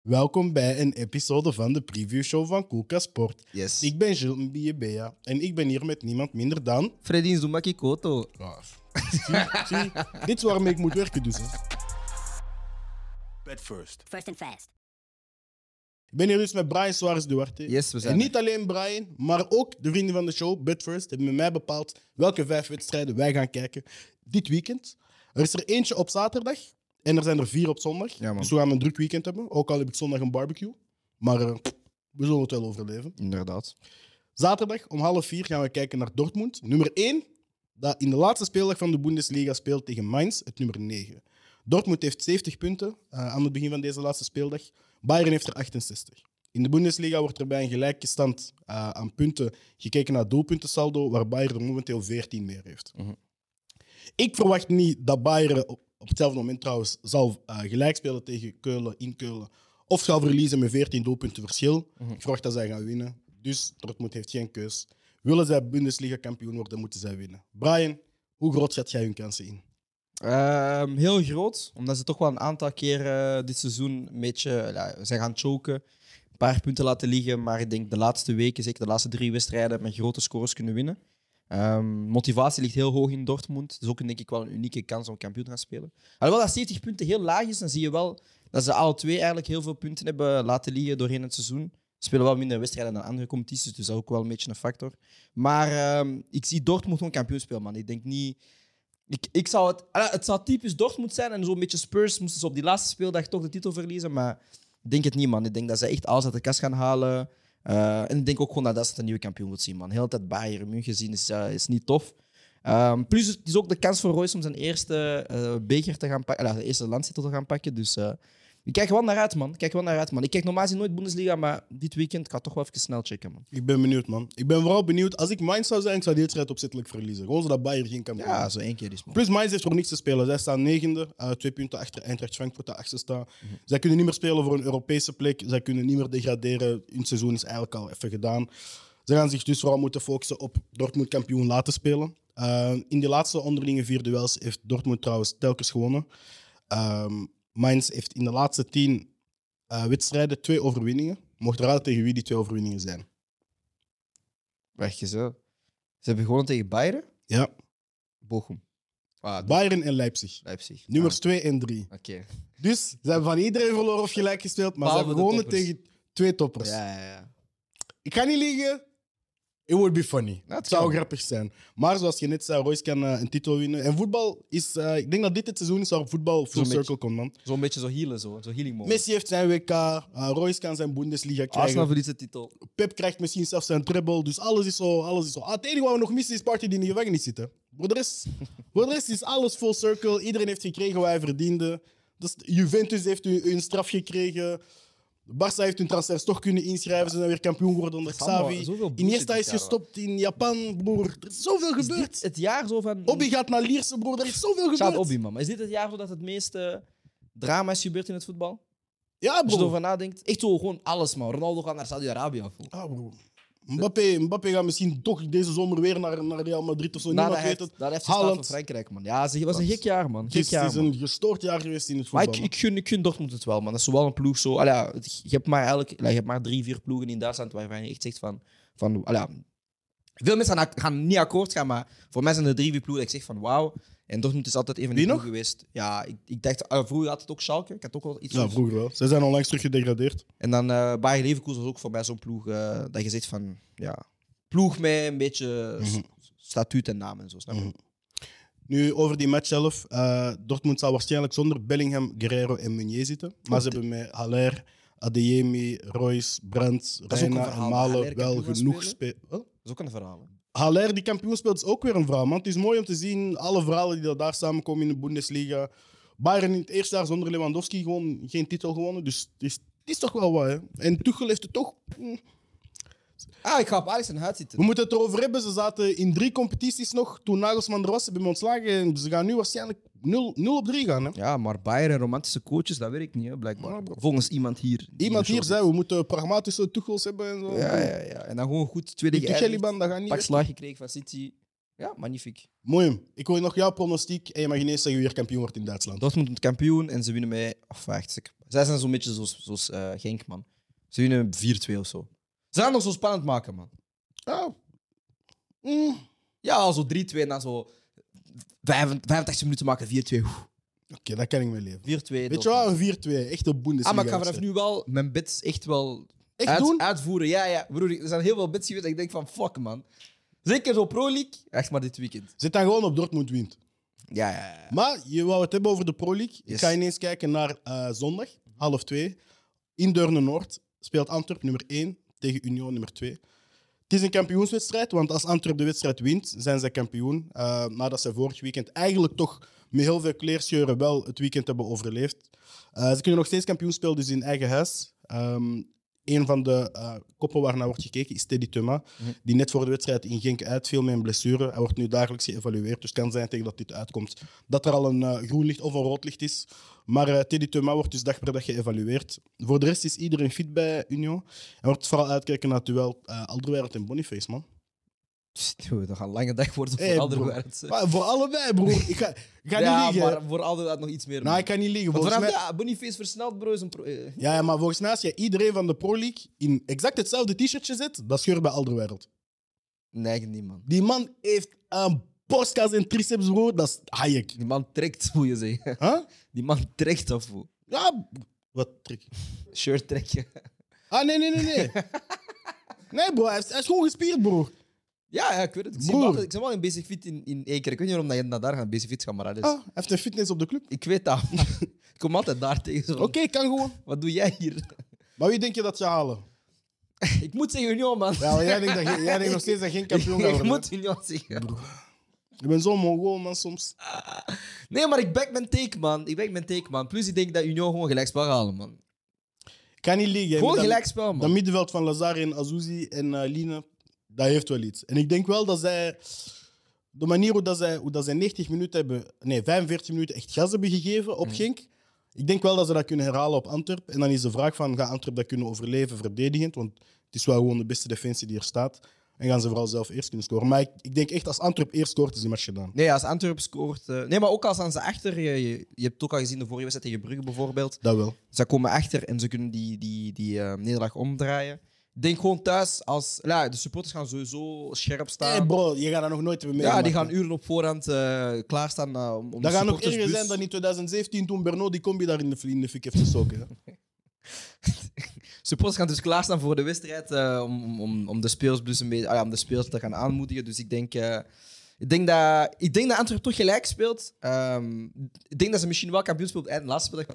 Welkom bij een episode van de previewshow van Koelka Sport. Yes. Ik ben Gilles Mbiyebea en ik ben hier met niemand minder dan... Freddy Nzumaki Koto. Zie, dit is waarmee ik moet werken dus. Hè. Bet first. First and fast. Ik ben hier dus met Brian Suarez Duarte. Yes, we zijn En niet alleen Brian, maar ook de vrienden van de show, BetFirst, hebben met mij bepaald welke 5 wedstrijden wij gaan kijken dit weekend. Er is er eentje op zaterdag en er zijn er 4 op zondag. Ja, man. Dus we gaan een druk weekend hebben, ook al heb ik zondag een barbecue. Maar we zullen het wel overleven. Inderdaad. Zaterdag om 3:30 gaan we kijken naar Dortmund. Nummer 1, dat in de laatste speeldag van de Bundesliga speelt tegen Mainz, het nummer 9. Dortmund heeft 70 punten aan het begin van deze laatste speeldag. Bayern heeft er 68. In de Bundesliga wordt er bij een gelijke stand aan punten gekeken naar doelpuntensaldo, waar Bayern er momenteel 14 meer heeft. Mhm. Ik verwacht niet dat Bayern op hetzelfde moment trouwens zal gelijk spelen tegen Keulen in Keulen of zal verliezen met 14 doelpunten verschil. Ik verwacht dat zij gaan winnen. Dus Dortmund heeft geen keus. Willen zij Bundesliga-kampioen worden, moeten zij winnen. Brian, hoe groot schat jij hun kansen in? Heel groot, omdat ze toch wel een aantal keer dit seizoen een beetje zijn gaan choken. Een paar punten laten liggen, maar ik denk de laatste weken, zeker de laatste 3 wedstrijden, met grote scores kunnen winnen. Motivatie ligt heel hoog in Dortmund. Het is ook denk ik wel een unieke kans om kampioen te gaan spelen. Alhoewel dat 70 punten heel laag is, dan zie je wel dat ze alle twee eigenlijk heel veel punten hebben laten liggen doorheen het seizoen. Ze spelen wel minder wedstrijden dan andere competities, dus dat is ook wel een beetje een factor. Maar ik zie Dortmund gewoon kampioen spelen, man. Ik denk niet... Ik zou het zou typisch Dortmund zijn en zo'n beetje Spurs moesten ze op die laatste speeldag toch de titel verliezen, maar ik denk het niet, man. Ik denk dat ze echt alles uit de kast gaan halen. En ik denk ook gewoon dat ze een nieuwe kampioen moet zien, man. De hele tijd Bayern München zien is niet tof. Plus, het is ook de kans voor Royce om zijn eerste beker te gaan pakken, de eerste landstitel te gaan pakken. Dus ik kijk wel naar uit, man. Ik kijk normaal gezien nooit Bundesliga, maar dit weekend ga ik toch wel even snel checken, man. Ik ben benieuwd, man. Ik ben vooral benieuwd. Als ik Mainz zou zijn, ik zou die wedstrijd opzettelijk verliezen. Gewoon zodat Bayern geen kampioen Ja, wordt. zo 1 keer is, man. Plus Mainz heeft voor niks te spelen. Zij staan 9e, 2 punten achter Eintracht Frankfurt, dat 8e staat. Zij kunnen niet meer spelen voor een Europese plek. Zij kunnen niet meer degraderen. Hun seizoen is eigenlijk al even gedaan. Ze gaan zich dus vooral moeten focussen op Dortmund kampioen laten spelen. In de laatste onderlinge 4 duels heeft Dortmund trouwens telkens gewonnen. Mainz heeft in de laatste 10 wedstrijden 2 overwinningen. Mocht raden tegen wie die 2 overwinningen zijn. Weg je zo. Ze hebben gewonnen tegen Bayern, Ja, Bochum. Bayern en Leipzig. Leipzig. Nummers 2 en 3. Oké. Dus ze hebben van iedereen verloren of gelijk gespeeld, maar ze Behalve hebben de gewonnen toppers. tegen 2 toppers. Ja. Ik ga niet liegen. It would be funny. Ja, het zou kan. grappig zijn. Maar zoals je net zei, Royce kan een titel winnen. En voetbal is... ik denk dat dit het seizoen is waar voetbal full Zo'n circle komt, man. Zo'n beetje zo healen, zo healing moment. Messi heeft zijn WK. Royce kan zijn Bundesliga Arsenal krijgen. verliest de titel. Pep krijgt misschien zelfs zijn treble. Dus alles is zo. Het enige wat we nog missen is Partey die in de gevangenis zit. Hè. Voor de rest is alles full circle. Iedereen heeft gekregen wat hij verdiende. Dus Juventus heeft hun straf gekregen. Barça heeft hun transfers toch kunnen inschrijven. Ze zijn weer kampioen geworden onder Dat is allemaal Xavi. zoveel bullshit Iniesta is dit jaar, gestopt in Japan, broer. Er is zoveel Is gebeurd. dit het jaar zo van... Obi gaat naar Lierse, broer. Er is zoveel Shout gebeurd. Obi, man. Maar is dit het jaar zo dat het meeste drama is gebeurd in het voetbal? Ja, Als je broer. erover nadenkt. Echt zo gewoon alles, man. Ronaldo gaat naar Saudi-Arabië. Ah, broer. Mbappé gaat misschien toch deze zomer weer naar Real Madrid of zo. Niemand weet het. Daar heeft ze staan voor Frankrijk, man. Ja, het was een gek jaar, man. Gek jaar, Het is man. een gestoord jaar geweest in het Maar voetbal. ik gun Dortmund het wel, man. Dat is wel een ploeg zo... je hebt maar eigenlijk... je hebt maar 3-4 ploegen in Duitsland waarvan je echt zegt van veel mensen gaan niet akkoord gaan, maar voor mij zijn er 3-4 ploegen dat ik zeg van wauw. En Dortmund is altijd even Wie een ploeg nog? geweest. Ja, ik dacht... vroeger had het ook Schalke. Ik had ook wel iets... Ja, vroeger wel. Zij zijn onlangs terug gedegradeerd. En dan Bayer Leverkusen was ook voor mij zo'n ploeg dat je zegt van... Ja, ploeg met een beetje statuut en naam en zo, snap je? Nu, over die match zelf. Dortmund zal waarschijnlijk zonder Bellingham, Guerrero en Meunier zitten. Maar ze hebben met Haller, Adeyemi, Royce, Brandt, is ook een Reina en verhaal. Malen Haller wel kampioen genoeg spelen? spelen. Dat is ook een verhaal. Hè? Haller, die kampioen speelt, is ook weer een verhaal. Man. Het is mooi om te zien, alle verhalen die daar samenkomen in de Bundesliga. Bayern in het eerste jaar zonder Lewandowski gewoon geen titel gewonnen. Dus het is toch wel wat. Hè. En Tuchel heeft het toch... Ik ga op Alex en Huid zitten. We moeten het erover hebben. Ze zaten in 3 competities nog toen Nagelsman er was. Ze hebben hem ontslagen en ze gaan nu waarschijnlijk 0 op 3 gaan. Hè. Ja, maar Bayern en romantische coaches, dat werkt niet, hè, blijkbaar. Volgens iemand hier. Iemand hier zei, we moeten pragmatische Tuchels hebben en zo. Ja. En dan gewoon goed tweede Die Tucheliban, dat gaat niet pak werken. slag gekregen van City. Ja, magnifiek. Mooi. Ik hoor nog jouw pronostiek en je mag ineens zeggen wie er kampioen wordt in Duitsland. Dortmund wordt kampioen en ze winnen met... Of wacht, zij zijn zo'n beetje zoals Genk, man. Ze winnen 4-2 of zo. Ze gaan nog zo spannend maken, man. Ah. Ja, zo 3-2 en dan zo 85 minuten maken, 4-2. Oké, dat kan ik mee leven. 4-2. Weet je wel, een 4-2. Echt een Bundesliga. Maar ik ga vanaf nu wel mijn bets echt wel doen? uitvoeren. Ja, broer, er zijn heel veel bets geweest dat ik denk van fuck, man. Zeker zo Pro League, echt maar dit weekend. Zit dan gewoon op Dortmund wint. Ja. Maar je wou het hebben over de Pro League. Yes. Ik ga ineens kijken naar zondag, 1:30. In Deurne-Noord speelt Antwerp nummer 1 tegen Union nummer 2. Het is een kampioenswedstrijd, want als Antwerp de wedstrijd wint, zijn zij kampioen. Nadat ze vorig weekend eigenlijk toch met heel veel kleerscheuren wel het weekend hebben overleefd. Ze kunnen nog steeds kampioen spelen, dus in eigen huis. Een van de koppen waarnaar wordt gekeken is Teddy Thuma, die net voor de wedstrijd in Genk uitviel met een blessure. Hij wordt nu dagelijks geëvalueerd, dus het kan zijn tegen dat dit uitkomt dat er al een groen licht of een rood licht is. Maar Teddy Thuma wordt dus dag per dag geëvalueerd. Voor de rest is iedereen fit bij Union. En wordt vooral uitkijken naar het duel Alderweireld en Boniface, man. Dat gaat een lange dag worden voor Hey, Alderweireld. Maar voor allebei, broer. Ik ga niet liegen. Maar voor Alderweireld nog iets meer. Nou, ik kan niet liegen. Want Volgens vanaf mij... Boniface versneld, bro, is een Ja, maar volgens mij als je iedereen van de Pro League in exact hetzelfde t-shirtje zet, dat scheurt bij Alderweireld. Nee, niet, man. Die man heeft een borstkas en triceps, broer. Dat is Hayek. Die man trekt, moet je zeggen. Huh? Die man trekt af. Ja, wat trick. Shirt trekken. Ah, nee. Nee, bro, hij is gewoon gespierd, broer. Ja, ik weet het. Ik ben wel een basic fit in Eker. Ik weet niet waarom dat je naar daar gaat basic fit gaan, maar dat is... Hij heeft een fitness op de club. Ik weet dat. Ik kom altijd daar tegen. Zo. Oké, kan gewoon. Wat doe jij hier? Maar wie denk je dat ze halen? Ik moet zeggen Union, man. Ja, maar jij denkt nog steeds dat geen kampioen gaat Ik worden. moet Union zeggen. Ik ben zo mongool, man, soms. Nee, maar ik back mijn take, man. Plus ik denk dat Union gewoon gelijkspel gaat halen, man. Ik kan niet liegen. Gewoon Met gelijkspel, dat man. middenveld van Lazare en Azouzi en Line, dat heeft wel iets. En ik denk wel dat zij... De manier hoe dat zij 90 minuten hebben... Nee, 45 minuten echt gas hebben gegeven op Genk. Ik denk wel dat ze dat kunnen herhalen op Antwerp. En dan is de vraag van, gaat Antwerp dat kunnen overleven verdedigend? Want het is wel gewoon de beste defensie die er staat. En gaan ze vooral zelf eerst kunnen scoren. Maar ik denk echt, als Antwerp eerst scoort, is die match gedaan. Nee, als Antwerp scoort... Nee, maar ook als aan ze achter... Je hebt het ook al gezien de vorige wedstrijd tegen Brugge bijvoorbeeld. Dat wel. Ze komen achter en ze kunnen die nederlaag omdraaien. Ik denk gewoon thuis, als... Ja, de supporters gaan sowieso scherp staan. Hey bro, je gaat dat nog nooit hebben Ja, meegemaakt. die gaan uren op voorhand klaarstaan om de Dat gaat nog supportersbus... erger zijn dan in 2017 toen Bernot die combi daar in de fik heeft gestoken. Hè. Supporters gaan dus klaarstaan voor de wedstrijd om de spelersbus een beetje, om de spelers te gaan aanmoedigen. Dus ik denk dat Antwerp toch gelijk speelt. Ik denk dat ze misschien wel kampioen speelt op het laatste speeldag.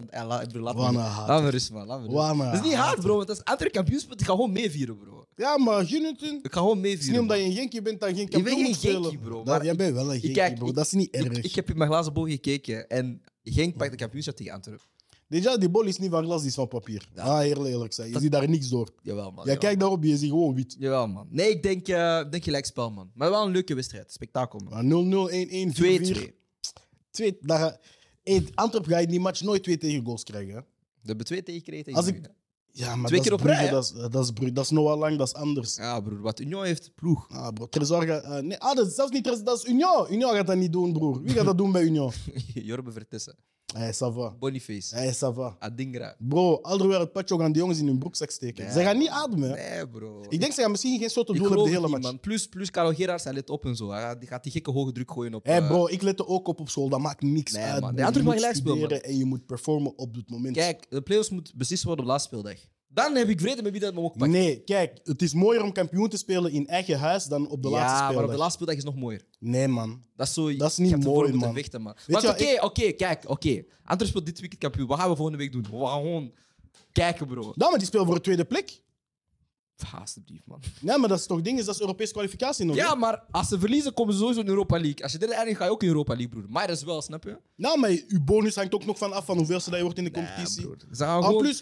Laat me rust, man. Dat is niet hard, bro. Want als Antwerp kampioen speelt, ik ga gewoon meevieren, bro. Ja, maar gun het hun. Ik ga gewoon Het is meevieren. niet omdat man. je een Genkie bent dat je geen Ik ben kampioen geen moet spelen. Genkie, bro. Jij bent wel een Genkie, Kijk, bro. Dat is niet erg. Ik heb in mijn glazen bol gekeken en Genk pakt de kampioenschap tegen Antwerp. Déjà, die bol is niet van glas, die is van papier. Ja. Eerlijk zijn. Je ziet daar niks door. Jawel, man. Jij kijkt daarop, je ziet gewoon wit. Jawel, man. Nee, ik denk gelijkspel, man. Maar wel een leuke wedstrijd. Spektakel, man. Maar 0-0, 1-1, 4-4. 2-2. Antwerp ga je in die match nooit 2 tegengoals krijgen. Hè? De hebben 2 tegengekregen tegen Als ik- Brugge. Ja, maar 2 dat keer is op rij, Brugge, hè? dat is Brugge. Dat is Noah Lang, dat is anders. Ja, broer. Wat Union heeft, ploeg. Ah, bro. Trezor gaat... nee, dat is zelfs niet Trezor, dat is Union. Union gaat dat niet doen, broer. Wie gaat dat doen bij Union? Jorbe Vertessen. Hey, ça va. Boniface. Hey, ça va. Adingra. Bro, Alderweireld, Pacho gaan die jongens in hun broekzak steken. Nee, Ze gaan niet ademen. Hè? Nee, bro. Ik denk ze gaan misschien geen soort Ik doel hebben de geloof hele het match. niet, man. Plus Carlo Gerards, hij let op en zo. Die gaat die gekke hoge druk gooien op... Hey bro, ik let er ook op school. Dat maakt niks Nee, uit. man. bro. De Antwerp Je mag moet gelijk spelen, studeren en je moet performen op het moment. Kijk, de playoffs moet beslist worden op de laatste speeldag. Dan heb ik vrede met wie dat me ook pakt. Nee, kijk, het is mooier om kampioen te spelen in eigen huis dan op de laatste Ja, speeldag. maar op de laatste speeldag is nog mooier. Nee, man. Dat is zo... Dat is niet je hebt ervoor mooi, moeten man. vechten, man. Weet Want je, oké. Antwerp speelt dit weekend kampioen. Wat gaan we volgende week doen? We gaan gewoon kijken, bro. Ja, maar die spelen voor de tweede plek. Alsjeblieft, man. Nee, maar dat is toch ding, dat is Europese kwalificatie nog. Ja, hè? maar als ze verliezen, komen ze sowieso in Europa League. Als je derde eindigt, ga je ook in Europa League, broer. Maar dat is wel, snap je? Nou, maar je bonus hangt ook nog van af van hoeveelste dat je wordt in de competitie. Nee, broer. Ze gaan En gewoon... plus,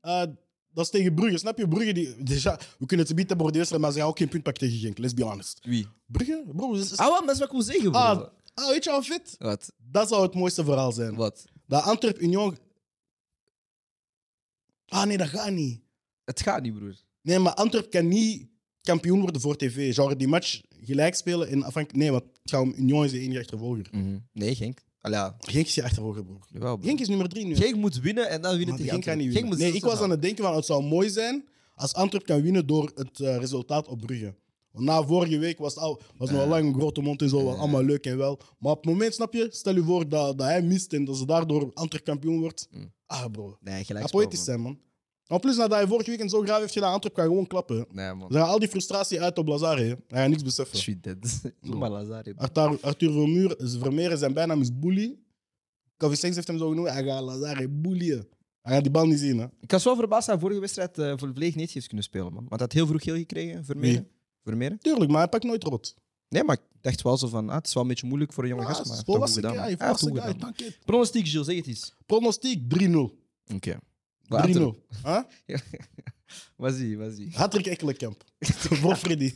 dat is tegen Brugge. Snap je? Brugge, we kunnen het bieden voor de wedstrijd, maar ze gaan ook geen punt pakken tegen Genk. Let's be honest. Wie? Brugge? Bro, Wat? Dat is wat ik wil zeggen, bro. weet je wat vet? Wat? Dat zou het mooiste verhaal zijn. Wat? Dat Antwerp Union... Nee, dat gaat niet. Het gaat niet, broer. Nee, maar Antwerp kan niet kampioen worden voor tv. Genre die match gelijk spelen en afhankelijk... Nee, want Het gaat om Union is de enige achtervolger. Nee, Genk. Ja. Genk is je achtervolger, broer. Jawel, bro. Genk is nummer 3 nu. Genk moet winnen en dan winnen Maar tegen Genk kan niet Antwerpen. winnen. Nee, ik was aan het denken van het zou mooi zijn als Antwerp kan winnen door het resultaat op Brugge. Want na vorige week was nog al lang een grote mond en zo, was allemaal leuk en wel. Maar op het moment, snap je, stel je voor dat hij mist en dat ze daardoor Antwerp kampioen wordt. Bro. Nee, gelijk. Dat poëtisch zijn, man. En plus, nadat hij vorige week zo graaf heeft gedaan, Antwerp kan gewoon klappen. Nee, man. Ze gaan al die frustratie uit op Lazare. Hij gaat niks beseffen. Sweet dead. Maar Lazare. Arthur Vermeer, zijn bijnaam is Bully. Kofi Sengs heeft hem zo genoemd. Hij gaat Lazare bullyen. Hij gaat die bal niet zien. Hè. Ik was wel verbaasd dat hij vorige wedstrijd volledig niet heeft kunnen spelen, man. Want hij had heel vroeg geel gekregen, Vermeer. Tuurlijk, maar hij pakt nooit rood. Nee, maar ik dacht wel zo van, het is wel een beetje moeilijk voor een jonge gast, maar hij heeft het toch goed gedaan, man. Hij heeft het goed gedaan, man. Pronostiek, Gilles, zeg het eens. Pronostiek 3-0. Oké. 3-0. Huh? Was-ie. Hattrick Ekkelenkamp. Voor Freddy.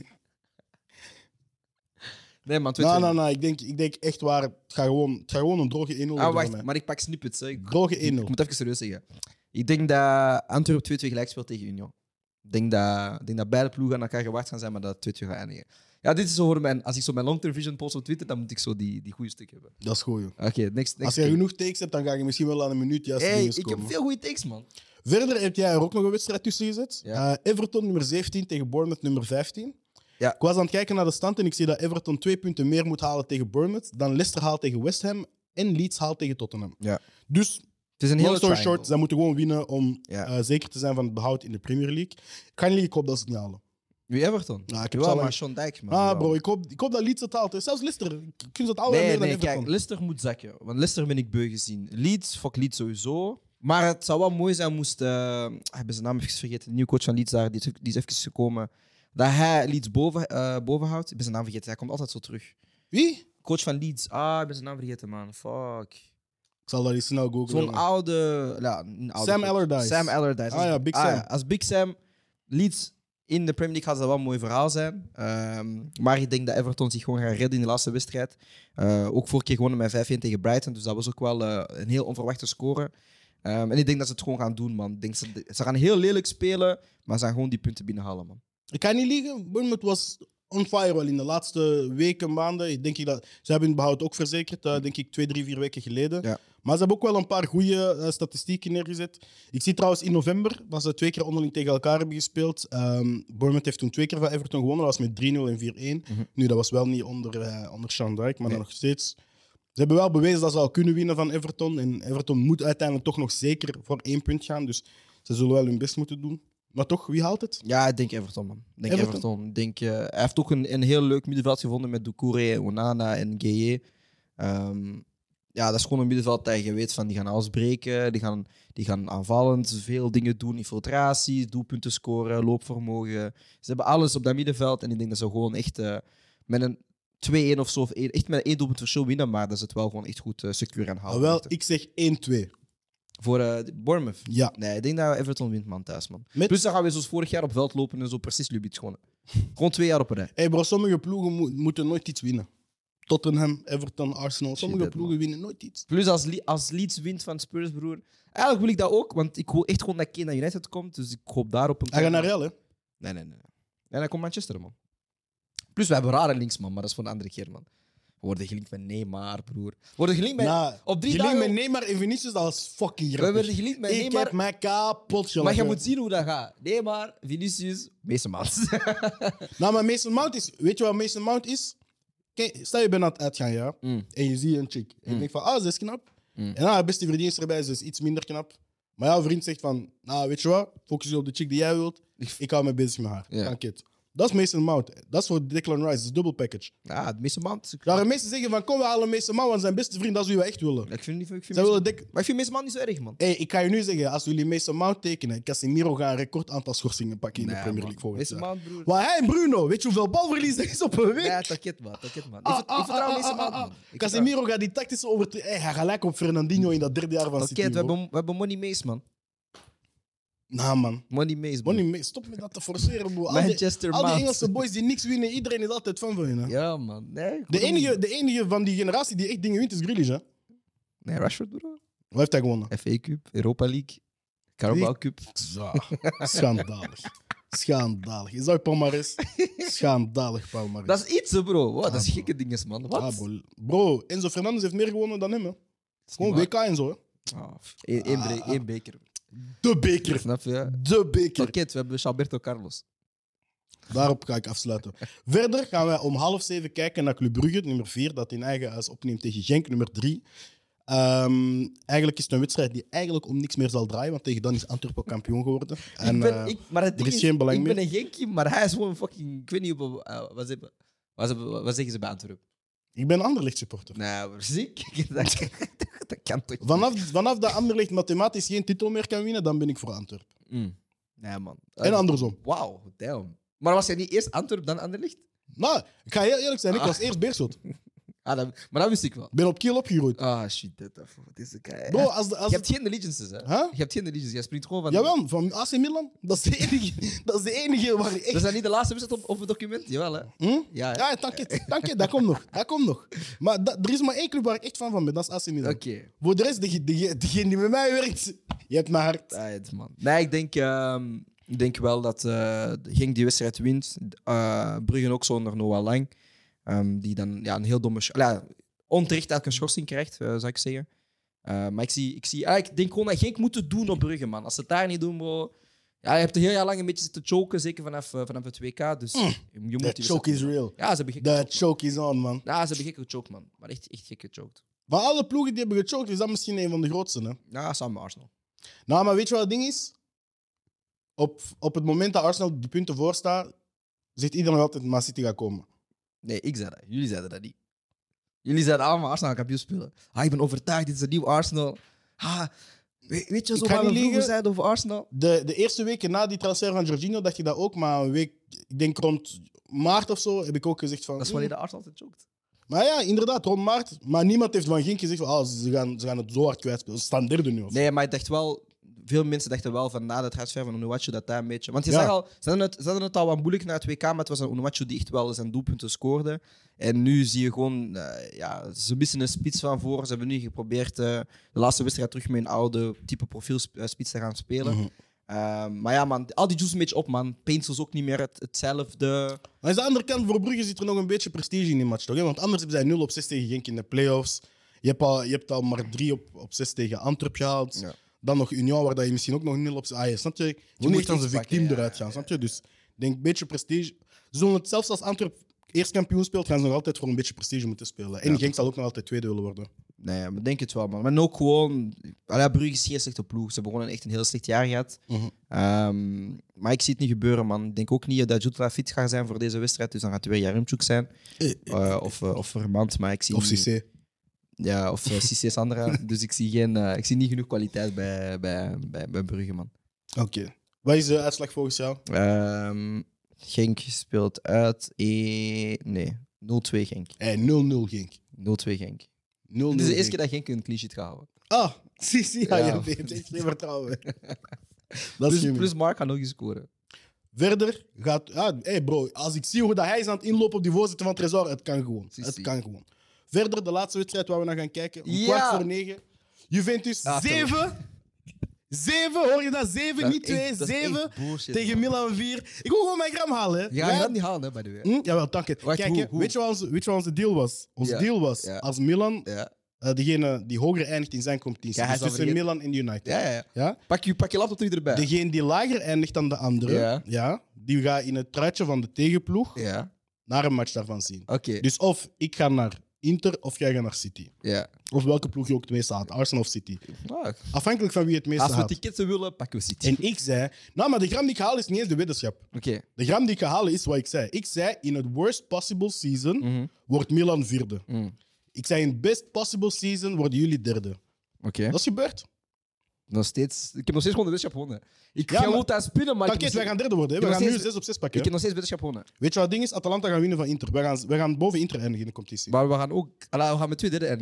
Nee, man, 2-2. Nee. Ik denk echt waar. Het gaat gewoon een droge 1-0 worden. Wacht, maar ik pak snippets. Hè. Droge 1-0. Ik moet even serieus zeggen. Ik denk dat Antwerp 2-2 gelijk speelt tegen Union. Ik denk dat beide ploegen aan elkaar gewacht gaan zijn, maar dat 2-2 gaat eindigen. Ja, dit is zo voor als ik zo mijn long-term vision post op Twitter, dan moet ik zo die goede stuk hebben. Dat is goed, joh. Oké, next Als je genoeg takes hebt, dan ga je misschien wel aan een minuut juist dingen ik komen. heb veel goede takes, man. Verder heb jij er ook nog een wedstrijd tussen gezet. Ja. Everton nummer 17 tegen Bournemouth nummer 15. Ja. Ik was aan het kijken naar de stand en ik zie dat Everton 2 punten meer moet halen tegen Bournemouth dan Leicester haalt tegen West Ham en Leeds haalt tegen Tottenham. Ja. Dus, Het is een long hele story triangle. short, zij moeten gewoon winnen om Ja. zeker te zijn van het behoud in de Premier League. Ik ga niet, ik hoop dat ze het niet halen. Wie Everton? Ja, ik heb Ja, het al maar lang- Sean Dijk, man. Bro, ik hoop dat Leeds het haalt. Zelfs Leicester. Kunnen ze het allemaal meer dan Nee, Everton. kijk, Leicester moet zakken. Want Leicester ben ik beu gezien. Leeds, fuck Leeds sowieso. Maar het zou wel mooi zijn moest... ik ben zijn naam even vergeten. De nieuwe coach van Leeds daar, die is even gekomen. Dat hij Leeds boven houdt. Ik ben zijn naam vergeten. Hij komt altijd zo terug. Wie? Coach van Leeds. Ik ben zijn naam vergeten, man. Fuck. Ik zal dat eens snel googlen. Zo'n oude... Ja, een oude Sam coach. Allardyce. Sam Allardyce. Ah ja, Big Sam. Ja, als Big Sam Leeds in de Premier League gaat dat wel een mooi verhaal zijn. Maar ik denk dat Everton zich gewoon gaat redden in de laatste wedstrijd. Ook vorige keer gewonnen met 5-1 tegen Brighton. Dus dat was ook wel een heel onverwachte score. En ik denk dat ze het gewoon gaan doen, man. Ik denk ze gaan heel lelijk spelen, maar ze gaan gewoon die punten binnenhalen, man. Ik kan niet liegen. Bournemouth was on fire wel in de laatste weken, maanden. Ik denk dat ze hebben hun behoud ook verzekerd, denk ik 2, 3, 4 weken geleden. Ja. Maar ze hebben ook wel een paar goede statistieken neergezet. Ik zie trouwens in november dat ze 2 keer onderling tegen elkaar hebben gespeeld. Bournemouth heeft toen 2 keer van Everton gewonnen. Dat was met 3-0 en 4-1. Nu, dat was wel niet onder Sean Dyche, maar dan nog steeds. Ze hebben wel bewezen dat ze al kunnen winnen van Everton. En Everton moet uiteindelijk toch nog zeker voor 1 punt gaan. Dus ze zullen wel hun best moeten doen. Maar toch, wie haalt het? Ja, ik denk Everton, man. Ik denk, hij heeft ook een heel leuk middenveld gevonden met Doucouré, Onana en Gueye. Ja, dat is gewoon een middenveld dat je weet van die gaan alles breken. Die gaan aanvallend veel dingen doen. Infiltraties, doelpunten scoren, loopvermogen. Ze hebben alles op dat middenveld. En ik denk dat ze gewoon echt met een 2-1 of zo, echt met 1 doelpunt verschil winnen. Maar dat ze het wel gewoon echt goed secuur aan houden. Wel, ik zeg 1-2. Voor Bournemouth? Ja. Nee, ik denk dat Everton wint, man, thuis, man. Met- Plus dan gaan we zoals vorig jaar op veld lopen en zo precies Lubitsch gewoon. Gewoon 2 jaar op een rij. Hey bro, sommige ploegen moeten nooit iets winnen. Tottenham, Everton, Arsenal. Sommige Shit, ploegen winnen nooit iets. Plus als Leeds wint van Spurs, broer. Eigenlijk wil ik dat ook, want ik wil echt gewoon dat Kane naar United komt. Dus ik hoop daarop een... Hij gaat naar Real, hè? Nee. Nee, dan komt Manchester, man. Plus we hebben rare links, man, maar dat is voor een andere keer, man. We worden gelinkt met Neymar, broer. We worden gelinkt met... Nou, op 3 jullie dagen... met Neymar en Vinicius, dat is fucking We grappig. werden gelinkt met Ik Neymar... heb mij kapot gelachen. Maar je moet zien hoe dat gaat. Neymar, Vinicius, Mason Mount. Nou, maar Mason Mount is... Weet je wat Mason Mount is? Kijk, stel je bent aan het uitgaan, ja. En je ziet een chick. En je denkt van, ze is knap. En dan haar beste vriendin is erbij, ze is iets minder knap. Maar jouw vriend zegt van, nou, weet je wat? Focus je op de chick die jij wilt. Ik hou me bezig met haar. Ja. Dank je. Dat is Mason Mount. Dat is voor Declan Rice. Dat is dubbel package. Ja, Mason Mount... Daar de meesten zeggen van, kom, we halen Mason Mount, want zijn beste vriend, dat is wie we echt willen. Ik vind Zij Mason... willen dik... Maar ik vind Mason Mount niet zo erg, man. Hey, ik kan je nu zeggen, als jullie Mason Mount tekenen, Casemiro gaat een record aantal schorsingen pakken in de Nee, Premier man. League volgend Mason jaar. Mount, broer. Maar hij en Bruno, weet je hoeveel balverlies er is op een week? Ja, taket, man. Ik vertrouw Mason Mount, man. Casemiro gaat die tactische hij gaat gelijk op Fernandinho in dat 3e jaar van City. Taket, bro. we hebben Money Mace, man. Nou man, Money Mace, bro. stop met dat te forceren, bro. Manchester al die Mount. Engelse boys die niks winnen, iedereen is altijd fan van hun. Hè? Ja, man. Nee, De enige van die generatie die echt dingen wint is Grealish. Hè? Nee, Rashford, bro. Wat heeft hij gewonnen? FA Cup, Europa League, Carabao Cup. Zo, schandalig. Schandalig. Is dat Palmares? Schandalig, Palmares. Dat is iets, bro. Wow, dat is gekke dingen, man. Wat? Ah, bro, Enzo Fernandez heeft meer gewonnen dan hem. Hè. Gewoon WK en zo. Hè. Eén beker. De beker. Snap je? De beker. Pakket, we hebben Alberto Carlos. Daarop ga ik afsluiten. Verder gaan wij om 6:30 kijken naar Club Brugge, nummer 4, dat in eigen huis opneemt tegen Genk, nummer 3. Eigenlijk is het een wedstrijd die eigenlijk om niks meer zal draaien, want tegen dan is Antwerpen kampioen geworden. En, maar het er ding is geen belang ik meer. ben een Genkie, maar hij is gewoon fucking... Ik weet niet wat zeggen ze bij Antwerpen? Ik ben een Anderlecht supporter. Nee, maar ziek. Dat kan toch niet? Vanaf dat Anderlecht mathematisch geen titel meer kan winnen, dan ben ik voor Antwerpen. Nee, man. En andersom. Wauw, damn. Maar was jij niet eerst Antwerpen, dan Anderlecht? Nou, ik ga heel eerlijk zijn, ik was eerst Beerschot. Maar dat wist ik wel. Ik ben op Kiel opgegroeid. Ah, shit. Wat is het? Bro, Je hebt geen allegiances, hè? Huh? Je hebt geen allegiances. Jij springt gewoon van... Jawel, van AC Milan. Dat is de enige waar ik echt... Dat is niet de laatste wedstrijd op het document? Jawel, hè? Ja, Ja, dank je. Dat komt nog. Maar er is maar één club waar ik echt fan van ben, dat is AC Milan. Oké. Voor de rest, degene die met mij werkt, je hebt mijn hart. Right, man. Nee, ik denk wel dat Genk die wedstrijd wint. Brugge ook zonder Noah Lang. Die dan een heel domme... onterecht elke schorsing krijgt, zou ik zeggen. Maar ik denk gewoon dat Genk moet het doen op Brugge, man. Als ze het daar niet doen, bro... Ja, je hebt een heel jaar lang een beetje zitten choken, zeker vanaf het WK. Dus je moet The choke is real. Ja, ze hebben gek The gechoked, man. choke is on, man. Ja, ze hebben gek gechoked, man. Maar echt gek gechoked. Van alle ploegen die hebben gechoked, is dat misschien een van de grootste. Hè? Ja, samen met Arsenal. Nou, maar weet je wat het ding is? Op het moment dat Arsenal die punten voor staat, zegt iedereen nog altijd Man City gaat komen. Nee, ik zei dat. Jullie zeiden dat niet. Jullie zeiden allemaal Arsenal kampioen spelen. Ik ben overtuigd, dit is een nieuw Arsenal. Weet je, zo ga wat niet we vroeger liegen. zeiden over Arsenal? De eerste weken na die transfer van Jorginho dacht je dat ook, maar een week, ik denk rond maart of zo, heb ik ook gezegd van... Dat is wanneer de Arsenal het choked. Maar ja, inderdaad, rond maart. Maar niemand heeft van Genk gezegd van ze gaan het zo hard kwijtspelen. Ze staan derde nu. Of. Nee, maar ik dacht wel... Veel mensen dachten wel van na de transfer van Onuachu dat een beetje... Want je Ja. zag al, ze hadden het al wat moeilijk naar het WK, maar het was een Onuachu die echt wel zijn doelpunten scoorde. En nu zie je gewoon... ze missen een spits van voor. Ze hebben nu geprobeerd de laatste wedstrijd terug met een oude type profielspits te gaan spelen. Maar ja, man, al die juice een beetje op, man. Paints is ook niet meer hetzelfde. Maar aan de andere kant, voor Brugge zit er nog een beetje prestige in die match, toch? Hè? Want anders hebben zij 0-6 tegen Genk in de play-offs. Je hebt al maar 3-6 tegen Antwerp gehaald. Ja. Dan nog Union, waar dat je misschien ook nog 0 op... snap je? Je moet moet niet als een iets victiem pakken, eruit gaan, snap je? Dus ik denk een beetje prestige. Ze zullen het zelfs als Antwerp eerst kampioen speelt, gaan ze nog altijd voor een beetje prestige moeten spelen. En Genk zal ook nog altijd tweede willen worden. Nee, maar denk het wel, man. Maar ook gewoon... Brugge is geen slechte ploeg. Ze hebben gewoon echt een heel slecht jaar gehad. Maar ik zie het niet gebeuren, man. Ik denk ook niet dat Jutla fit gaat zijn voor deze wedstrijd. Dus dan gaat hij weer Jaremchuk zijn. Of Vermand, maar ik zie Of niet... Cissé. Ja, of Cissé Sandra. Dus ik zie niet genoeg kwaliteit bij Brugge, man. Oké. Wat is de uitslag volgens jou? Genk speelt uit... 0-2 Genk. 0-2 0-0 Genk. 0-0 Genk. Dit is de eerste Genk. keer dat Genk een clean sheet gaat houden. Ah, Sissi. Ja, Ja. je hebt echt geen vertrouwen. Dat is Plus Mark gaat nog eens scoren. Verder gaat... bro, als ik zie hoe dat hij is aan het inlopen op die voorzitter van Trezor, het kan gewoon. Zie. Het kan gewoon. Verder, de laatste wedstrijd waar we naar gaan kijken. Om Ja. 8:45. Juventus 7. 7, hoor je dat? 7, niet 2. 7 tegen Milan 4. Ik wil gewoon mijn gram halen. Hè. Je gaat dat niet halen, hè, by the way. Jawel, dank je. Wacht, Kijk, hoe? weet je wat onze deal was? Onze Ja. deal was, Ja. als Milan, Ja. degene die hoger eindigt in zijn competitie, Ja, hij dus zal tussen vergeten. Milan en United. Ja. Ja? Pak je laptop er erbij. Degene die lager eindigt dan de andere, Ja. die gaat in het truitje van de tegenploeg Ja, naar een match daarvan zien. oké. Dus of ik ga naar Inter of jij gaat naar City. Ja. Of welke ploeg je ook het meeste haat, Arsenal of City. Ah, Afhankelijk van wie het meeste als we haat. tickets willen, pakken we City. En ik zei, nou, maar de gram die ik haal is niet eens de weddenschap. Oké. De gram die ik ga halen is wat ik zei. Ik zei, in het worst possible season wordt Milan vierde. Ik zei, in best possible season worden jullie derde. Oké. Dat is gebeurd. Nog steeds... Ik heb nog steeds gewoon de weddenschap gewonnen. Ik Ja, ga maar- gewoon thuis spinnen, maar... Tankeet, wij gaan derde worden. Hè. Ik We heb gaan nog nu steeds- 6 op 6 Ik pakken. heb Hè. nog steeds weddenschap gewonnen. Weet je wat het ding is? Atalanta gaat winnen van Inter. We gaan boven Inter eindigen in de competitie. Maar we gaan ook... We gaan met 2 derde eindigen.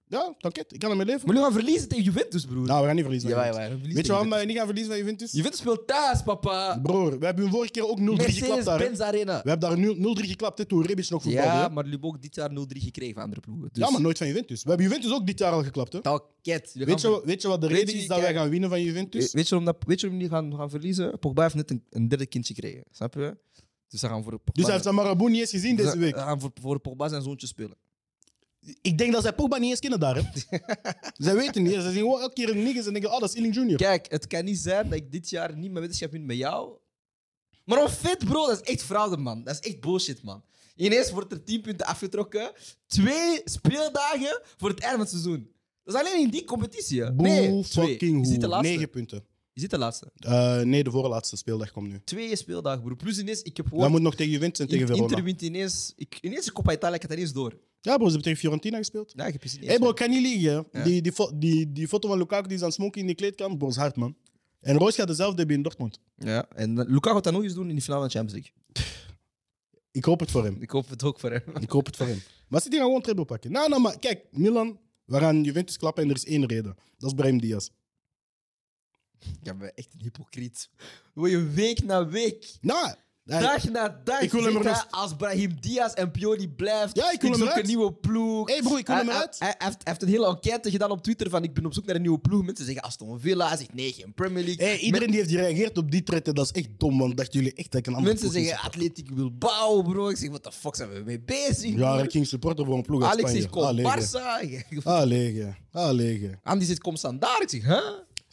Ja, t'inquiète. Ik kan ermee leven. Maar jullie gaan verliezen tegen Juventus, broer. Nou, we gaan niet verliezen. Jawel, van jawel, Juventus. we verliezen Weet je waarom tegen we niet gaan verliezen van Juventus? Juventus speelt thuis, papa. Broer, we hebben hun vorige keer ook 0-3 geklapt daar. hè. Mercedes-Benz Arena. We hebben daar 0-3 geklapt hè, toen Rebic nog voetbalde. Ja, hè. maar jullie hebben ook dit jaar 0-3 gekregen van andere ploegen. Dus... Ja, maar nooit van Juventus. We hebben Juventus ook dit jaar al geklapt. Hè. Talket. Weet je wat de reden is dat wij gaan winnen van Juventus? Weet je waarom die jullie gaan verliezen? Pogba heeft net een derde kindje gekregen. Snap je? Dus ze gaan voor Pogba, Dus hij heeft Samaraboe niet eens gezien deze week. Ze gaan voor Pogba zijn zoontje spelen. Ik denk dat zij Pogba niet eens kennen daar. Hè. Zij weten niet. Ze zien gewoon elke keer een niggas en denken, dat is Ealing Junior. Kijk, het kan niet zijn dat ik dit jaar niet mijn wetenschap win met jou. Maar op fit, bro, dat is echt fraude, man. Dat is echt bullshit, man. Ineens wordt er 10 punten afgetrokken. 2 speeldagen voor het einde van het seizoen. Dat is alleen in die competitie. Hè? Nee, 2. Fucking Is dit de hoe. laatste? 9 punten. Is dit de laatste? Nee, de voorlaatste speeldag komt nu. 2 speeldagen, bro. Plus ineens, ik heb We gehoord... moeten nog tegen Juventus en tegen Verona. Inter wint ineens... Ineens de Coppa Italia, ik had dat eens door. Ja, bro, ze hebben tegen Fiorentina gespeeld. Ja, ik heb gezien. Hé, bro, ik kan niet liegen. Ja. Die foto van Lukaku die is aan het smoken in de kleedkamer, bro, is hard, man. En Royce gaat dezelfde hebben in Dortmund. Ja, en Lukaku gaat dat nog eens doen in de finale van de Champions League. Ik hoop het voor hem. Ik hoop het ook voor hem. Ik hoop het voor hem. Maar ze gaan gewoon treble pakken. Nou, maar kijk, Milan, we gaan Juventus klappen en er is 1 reden. Dat is Brahim Diaz. Ja, maar echt een hypocriet. Wil je week na week, Nou, dag na dag, ik wil hem er zegt nog- hij, als Brahim Diaz en Pioli blijft, Ja, ik wil hem zoek eruit. een nieuwe ploeg. Hé, bro, ik wil hem Hij- eruit. Hij heeft een hele enquête gedaan op Twitter van ik ben op zoek naar een nieuwe ploeg. Mensen zeggen Aston Villa, hij zegt nee, geen Premier League. Hey, iedereen die heeft gereageerd op die tritten, dat is echt dom, want dachten jullie echt dat ik een andere Mensen ploeg zeggen ging Atletico Bilbao, bro. Ik zeg, wat de fuck zijn we mee bezig? Ja, bro? ik ging supporter voor een ploeg uit Alex Spanje. zegt kom Alege. Barça. Alege. Andy zegt kom standaard. Ik zeg, huh?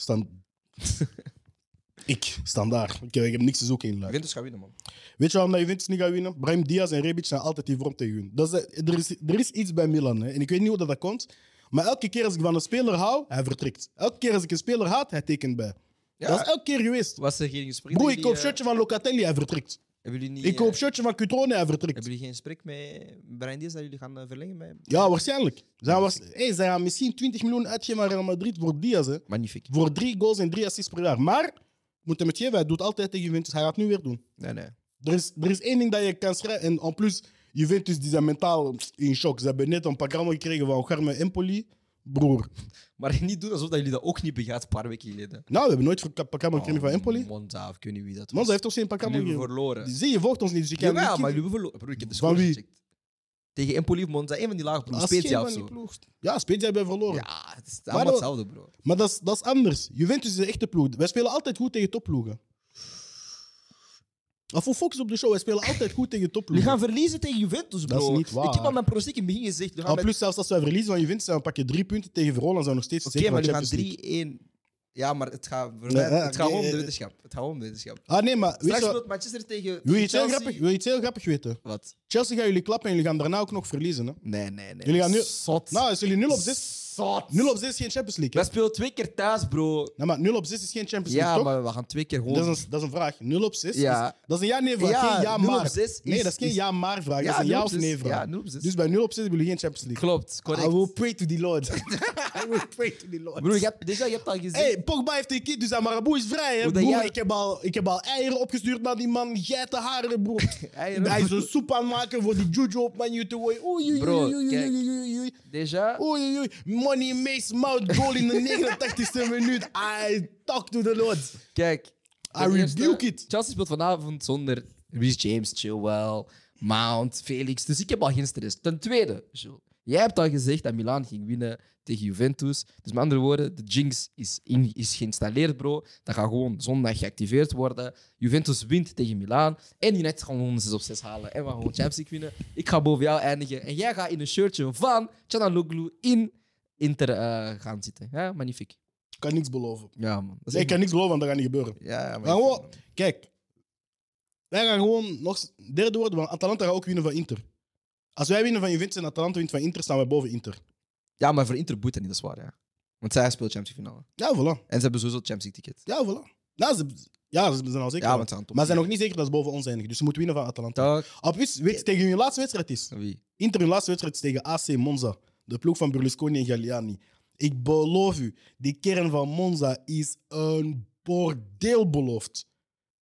Ik, standaard. Ik heb niks te zoeken in Luik. Juventus gaat winnen, man. Weet je waarom dat Juventus niet gaat winnen? Brahim Diaz en Rebic zijn altijd in vorm tegen hun. Er is iets bij Milan, hè. En ik weet niet hoe dat komt. Maar elke keer als ik van een speler hou, hij vertrekt. Elke keer als ik een speler haat, hij tekent bij. Ja. Dat is elke keer geweest. Was er geen gesprek? Bro, ik Hebben koop jullie, shirtje van Locatelli, hij vertrekt. Hebben jullie niet, Ik koop shirtje van Cutrone, hij vertrekt. hebben jullie geen gesprek met Brian Diaz dat jullie gaan verlengen met? Ja, waarschijnlijk. Zij gaan misschien 20 miljoen uitgeven aan Real Madrid voor Diaz. Hè. Magnifiek. Voor 3 goals en 3 assists per jaar. Maar, moet hem het geven, hij doet altijd tegen Juventus. Hij gaat het nu weer doen. Nee. Er is één ding dat je kan schrijven. En en plus, Juventus die zijn mentaal in shock. Ze hebben net een programma gekregen van Garme Empoli. Broer. Maar niet doen alsof dat jullie dat ook niet begaat een paar weken geleden. Nou, we hebben nooit een programma gekregen van Empoli. Monza, of ik weet niet wie dat was. Monza heeft toch geen programma Jullie gegeven? hebben verloren. Zie je, volgt ons niet. Dus je kan Ja, niet maar jullie hebben verloren. Broer, ik heb de Van score wie? gecheckt. Tegen Empoli of Monza, een van die lage ploegen. Als geen Spezia van of die zo. ploeg. Ja, Spezia hebben we verloren. Ja, het is allemaal hetzelfde, bro. Maar dat is anders. Juventus is een echte ploeg. Wij spelen altijd goed tegen topploegen. Of we focussen op de show. Wij spelen altijd goed tegen Jullie topploegen. gaan verliezen tegen Juventus, bro. Dat is niet waar. Ik heb al mijn pronostiek in het begin gezegd. Jullie gaan En met- plus, zelfs als wij verliezen van Juventus en we pakken 3 punten tegen Verona, zijn we nog steeds Oké, zeker maar van jullie gaan Champions League. 3-1. Ja, maar het gaat, voor Nee, mij, het gaat gewoon om oké, de wetenschap. Het gaat gewoon om de wetenschap. Ah nee, maar weet Straks je wat? speelt Manchester tegen Wil je iets heel Chelsea. grappig, wil je iets heel grappig weten? Wat? Chelsea gaan jullie klappen en jullie gaan daarna ook nog verliezen. Hè? Nee. Jullie gaan nu... Zot. Nou, als jullie 0 op 6... Zot. 0 op 6 is geen Champions League. Wij Hè? spelen 2 keer thuis, bro. Nou, maar 0 op 6 is geen Champions League, Ja, toch? maar we gaan 2 keer gewoon... Dat is een vraag. 0 op 6? Ja. Dat is een ja-nee-vraag, Ja, geen 0 op ja-maar. 6 Nee, is- dat is geen is- ja-maar-vraag. Ja, Dat is een 0 ja- op of 6. nee-vraag. Ja, 0 op 6. Dus bij 0 op 6 hebben jullie geen Champions League. Klopt, correct. I will pray to the Lord. I will pray to the Lord. Broer, je hebt al gezien... Hey, Pogba heeft een kind, dus Amaraboe is vrij. Hè? Hoe dat Broer, jij- ik heb al eieren opgestuurd naar die man. Geitenharen, broer. Eieren? Hij is een soep aan het maken voor die Juju op Man U te gooien. Oei, oei, Bro, oei, oei, kijk. oei, oei, oei. Déjà... Oei, oei, oei. Money Mace Mouth goal in de 89e minuut. I talk to the Lord. Kijk. I rebuke it. Chelsea speelt vanavond zonder Reece James, Chilwell, Mount, Felix. Dus ik heb al geen stress. Ten tweede, Jules, jij hebt al gezegd dat Milan ging winnen tegen Juventus. Dus met andere woorden, de jinx is geïnstalleerd, bro. Dat gaat gewoon zondag geactiveerd worden. Juventus wint tegen Milan. En United gaan gewoon 6 op 6 halen. En we gaan gewoon Champions League winnen. Ik ga boven jou eindigen. En jij gaat in een shirtje van Çalhanoğlu in Inter gaan zitten. Ja, magnifiek. Ik kan niks beloven. Ja, man. Dat is Ik echt- kan niks beloven, want dat gaat niet gebeuren. Ja, Maar gewoon, kijk. Wij gaan gewoon nog derde worden, want Atalanta gaat ook winnen van Inter. Als wij winnen van Juventus en Atalanta wint van Inter, staan wij boven Inter. Ja, maar voor Inter boeit dat niet, dat is waar, ja. Want zij speelt Champions League finale. Ja, voilà. En ze hebben sowieso het Champions League ticket. Ja, voilà. Nou, ze zijn al zeker. Ja, wel. want ze gaan top Maar ze zijn nog vier. niet zeker dat ze boven ons eindigen. Dus ze moeten winnen van Atalanta. Toch? Op plus, weet je, tegen hun laatste wedstrijd is. Wie? Inter hun laatste wedstrijd is tegen AC Monza. De ploeg van Berlusconi en Galliani. Ik beloof u, die kern van Monza is een bordeel beloofd.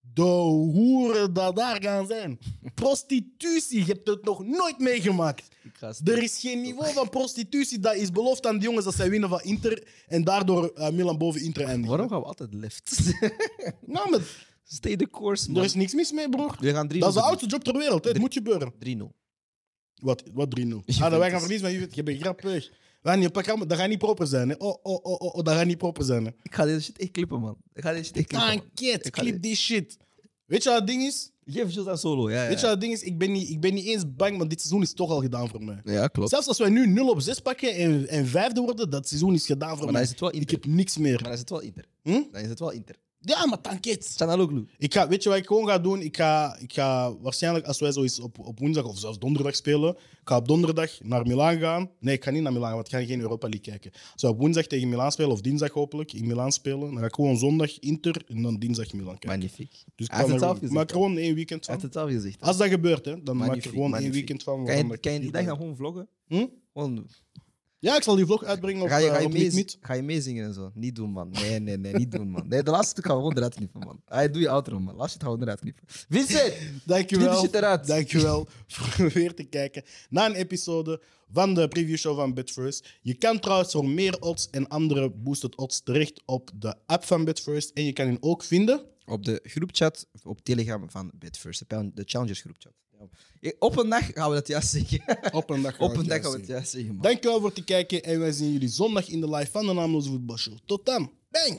de hoeren dat daar gaan zijn. Prostitutie, je hebt het nog nooit meegemaakt. Er is geen niveau van prostitutie dat is beloofd aan die jongens dat zij winnen van Inter en daardoor Milan boven Inter eindigen. Waarom gaan we altijd left? Nou, maar Stay the course, man. er is niks mis mee, broer. We gaan 3-0. Dat is de oudste job ter wereld, hè. Het moet gebeuren. 3-0. Wat 3-0? Ah, dat wij gaan verliezen van Juventus. Je bent grappig. We gaan niet op programma, dat gaat niet proper zijn, hè. Oh, dat gaat niet proper zijn, hè. Ik ga deze shit echt clippen, man. Kid, clip die shit. Weet je wat het ding is? Geef Jules aan solo, ja. Weet je wat het ding is? Ik ben niet eens bang, want dit seizoen is toch al gedaan voor mij. Ja, klopt. Zelfs als wij nu 0-6 pakken en vijfde worden, dat seizoen is gedaan voor Maar mij. dan is het wel Ik Inter. heb niks meer. Maar dan is het wel Inter. Hm? Dan is het wel Inter. Ja, maar tanket. Canaloglu. Weet je wat ik gewoon ga doen? Ik ga waarschijnlijk, als wij zoiets op woensdag of zelfs donderdag spelen, ik ga op donderdag naar Milaan gaan. Nee, ik ga niet naar Milaan, want ik ga geen Europa League kijken. Als we op woensdag tegen Milaan spelen, of dinsdag hopelijk, in Milaan spelen, dan ga ik gewoon zondag Inter en dan dinsdag Milaan kijken. Magnifiek. Dus ik Hij heeft het zelf maak gezegd. er gewoon 1 weekend Hij heeft van. het zelf gezegd. Als dat gebeurt, hè, dan maak ik er Magnifiek, gewoon 1 magnifiek. weekend van. Kan je die dag dan gewoon vloggen? Hm? Gewoon, Ja, ik zal die vlog uitbrengen op, ga je op Meet. ga je meezingen en zo? Niet doen, man. Nee, niet doen, man. Nee, de laatste stuk gaan we gewoon eruit knippen, man. Doe je outro, man. Laatste gaan we eruit knippen. Vincent! Knip die Dankjewel. shit eruit. Dankjewel voor weer te kijken naar een episode van de previewshow van BetFirst. Je kan trouwens voor meer odds en andere boosted odds terecht op de app van BetFirst. En je kan hen ook vinden. Op de groepchat op Telegram van BetFirst, de Challengers groepchat. Op een dag gaan we dat juist zeggen. Op een dag Op een dag gaan we het juist zeggen, man. Dankjewel voor het kijken en wij zien jullie zondag in de live van de Naamloze Voetbalshow. Tot dan. Bang!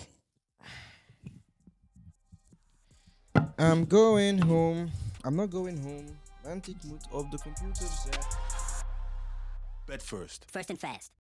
I'm going home. I'm not going home. Want ik moet op de computer zijn. Bet first. First and fast.